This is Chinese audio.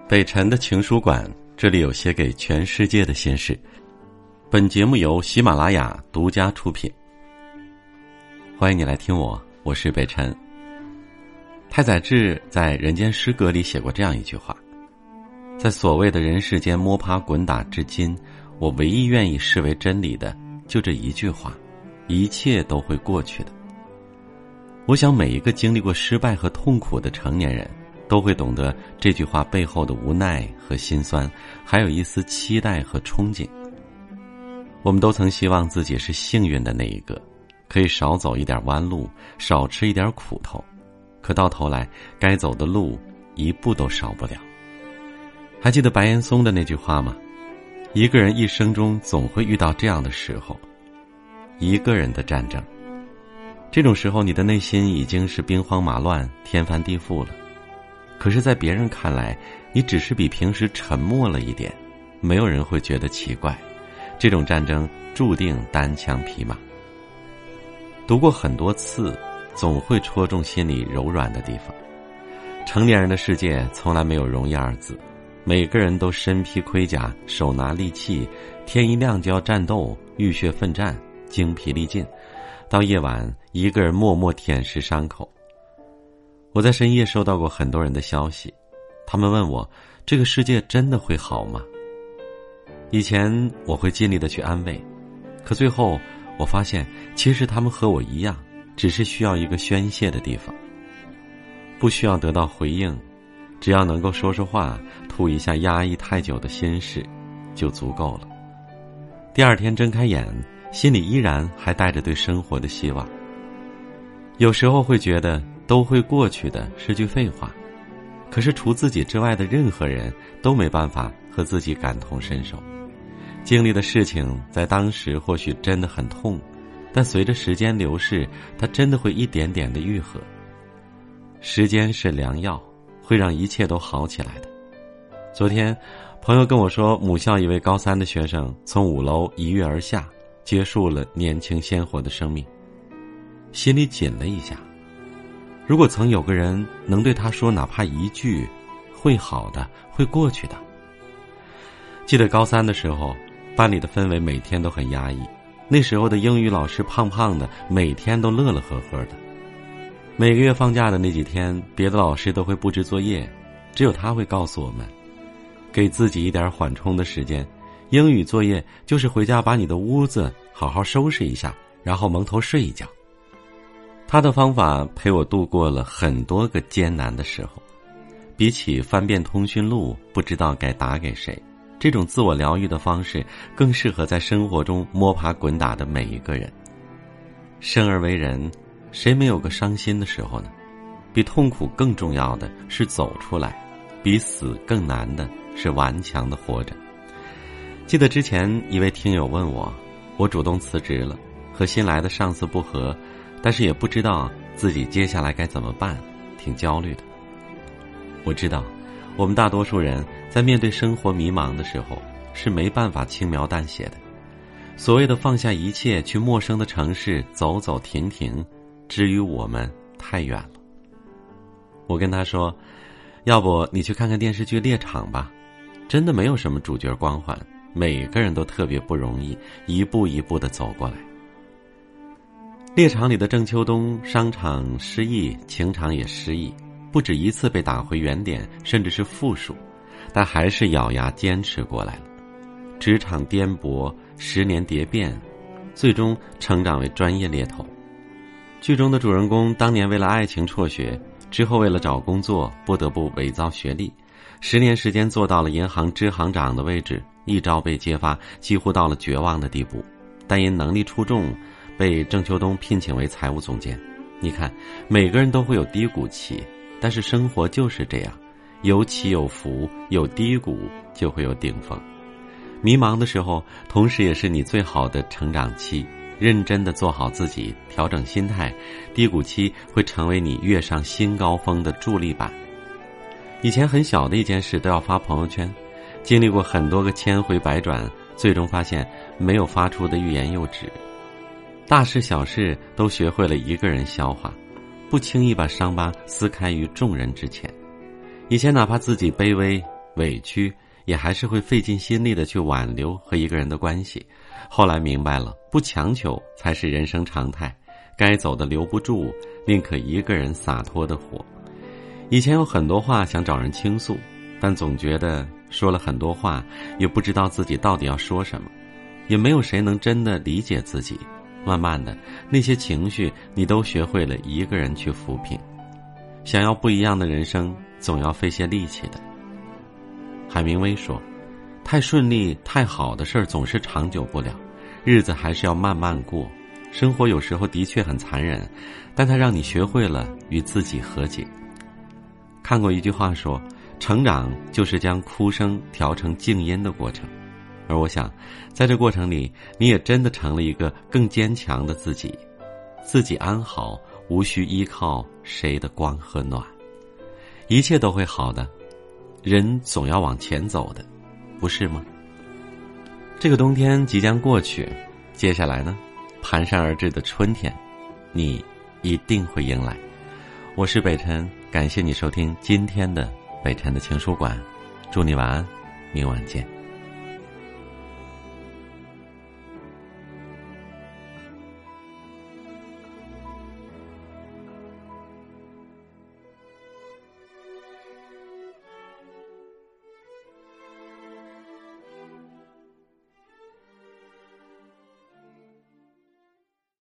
北辰的情书馆，这里有写给全世界的心事。本节目由喜马拉雅独家出品。欢迎你来听我是北辰。太宰治在《人间失格》里写过这样一句话：在所谓的人世间摸爬滚打至今，我唯一愿意视为真理的就这一句话，一切都会过去的。我想每一个经历过失败和痛苦的成年人都会懂得这句话背后的无奈和心酸，还有一丝期待和憧憬。我们都曾希望自己是幸运的那一个，可以少走一点弯路，少吃一点苦头，可到头来该走的路一步都少不了。还记得白岩松的那句话吗？一个人一生中总会遇到这样的时候，一个人的战争。这种时候你的内心已经是兵荒马乱，天翻地覆了，可是在别人看来，你只是比平时沉默了一点，没有人会觉得奇怪。这种战争注定单枪匹马。读过很多次，总会戳中心里柔软的地方。成年人的世界从来没有容易二字，每个人都身披盔甲，手拿利器，天一亮就要战斗，浴血奋战，精疲力尽，到夜晚一个人默默舔舐伤口。我在深夜收到过很多人的消息，他们问我，这个世界真的会好吗？以前我会尽力的去安慰，可最后我发现，其实他们和我一样，只是需要一个宣泄的地方，不需要得到回应，只要能够说说话，吐一下压抑太久的心事，就足够了。第二天睁开眼，心里依然还带着对生活的希望。有时候会觉得都会过去的是句废话，可是除自己之外的任何人都没办法和自己感同身受。经历的事情在当时或许真的很痛，但随着时间流逝，它真的会一点点的愈合。时间是良药，会让一切都好起来的。昨天朋友跟我说，母校一位高3的学生从5楼一跃而下，结束了年轻鲜活的生命。心里紧了一下，如果曾有个人能对他说哪怕一句会好的，会过去的。记得高3的时候，班里的氛围每天都很压抑，那时候的英语老师胖胖的，每天都乐乐呵呵的。每个月放假的那几天，别的老师都会布置作业，只有他会告诉我们，给自己一点缓冲的时间，英语作业就是回家把你的屋子好好收拾一下，然后蒙头睡一觉。他的方法陪我度过了很多个艰难的时候，比起翻遍通讯录不知道该打给谁，这种自我疗愈的方式更适合在生活中摸爬滚打的每一个人。生而为人，谁没有个伤心的时候呢？比痛苦更重要的是走出来，比死更难的是顽强的活着。记得之前一位听友问我，我主动辞职了，和新来的上司不和，但是也不知道自己接下来该怎么办，挺焦虑的。我知道我们大多数人在面对生活迷茫的时候是没办法轻描淡写的。所谓的放下一切去陌生的城市走走停停，至于我们太远了。我跟他说，要不你去看看电视剧《猎场》吧，真的没有什么主角光环，每个人都特别不容易，一步一步地走过来。猎场里的郑秋冬，商场失意，情场也失意，不止一次被打回原点，甚至是负数，但还是咬牙坚持过来了。职场颠簸，10年蝶变，最终成长为专业猎头。剧中的主人公当年为了爱情辍学，之后为了找工作不得不伪造学历，10年时间做到了银行支行长的位置，一朝被揭发，几乎到了绝望的地步，但因能力出众，被郑秋冬聘请为财务总监。你看，每个人都会有低谷期，但是生活就是这样，有起有伏，有低谷就会有顶峰。迷茫的时候，同时也是你最好的成长期，认真地做好自己，调整心态，低谷期会成为你跃上新高峰的助力板。以前很小的一件事都要发朋友圈，经历过很多个千回百转，最终发现没有发出的欲言又止。大事小事都学会了一个人消化，不轻易把伤疤撕开于众人之前。以前哪怕自己卑微， 委屈，也还是会费尽心力的去挽留和一个人的关系。后来明白了，不强求才是人生常态，该走的留不住，宁可一个人洒脱的活。以前有很多话想找人倾诉，但总觉得说了很多话，也不知道自己到底要说什么，也没有谁能真的理解自己。慢慢的，那些情绪你都学会了一个人去抚平。想要不一样的人生，总要费些力气的。海明威说，太顺利太好的事儿总是长久不了，日子还是要慢慢过。生活有时候的确很残忍，但它让你学会了与自己和解。看过一句话说，成长就是将哭声调成静音的过程。而我想，在这过程里，你也真的成了一个更坚强的自己，自己安好，无需依靠谁的光和暖，一切都会好的。人总要往前走的，不是吗？这个冬天即将过去，接下来呢，蹒跚而至的春天，你一定会迎来。我是北辰，感谢你收听今天的北辰的情书馆，祝你晚安，明晚见。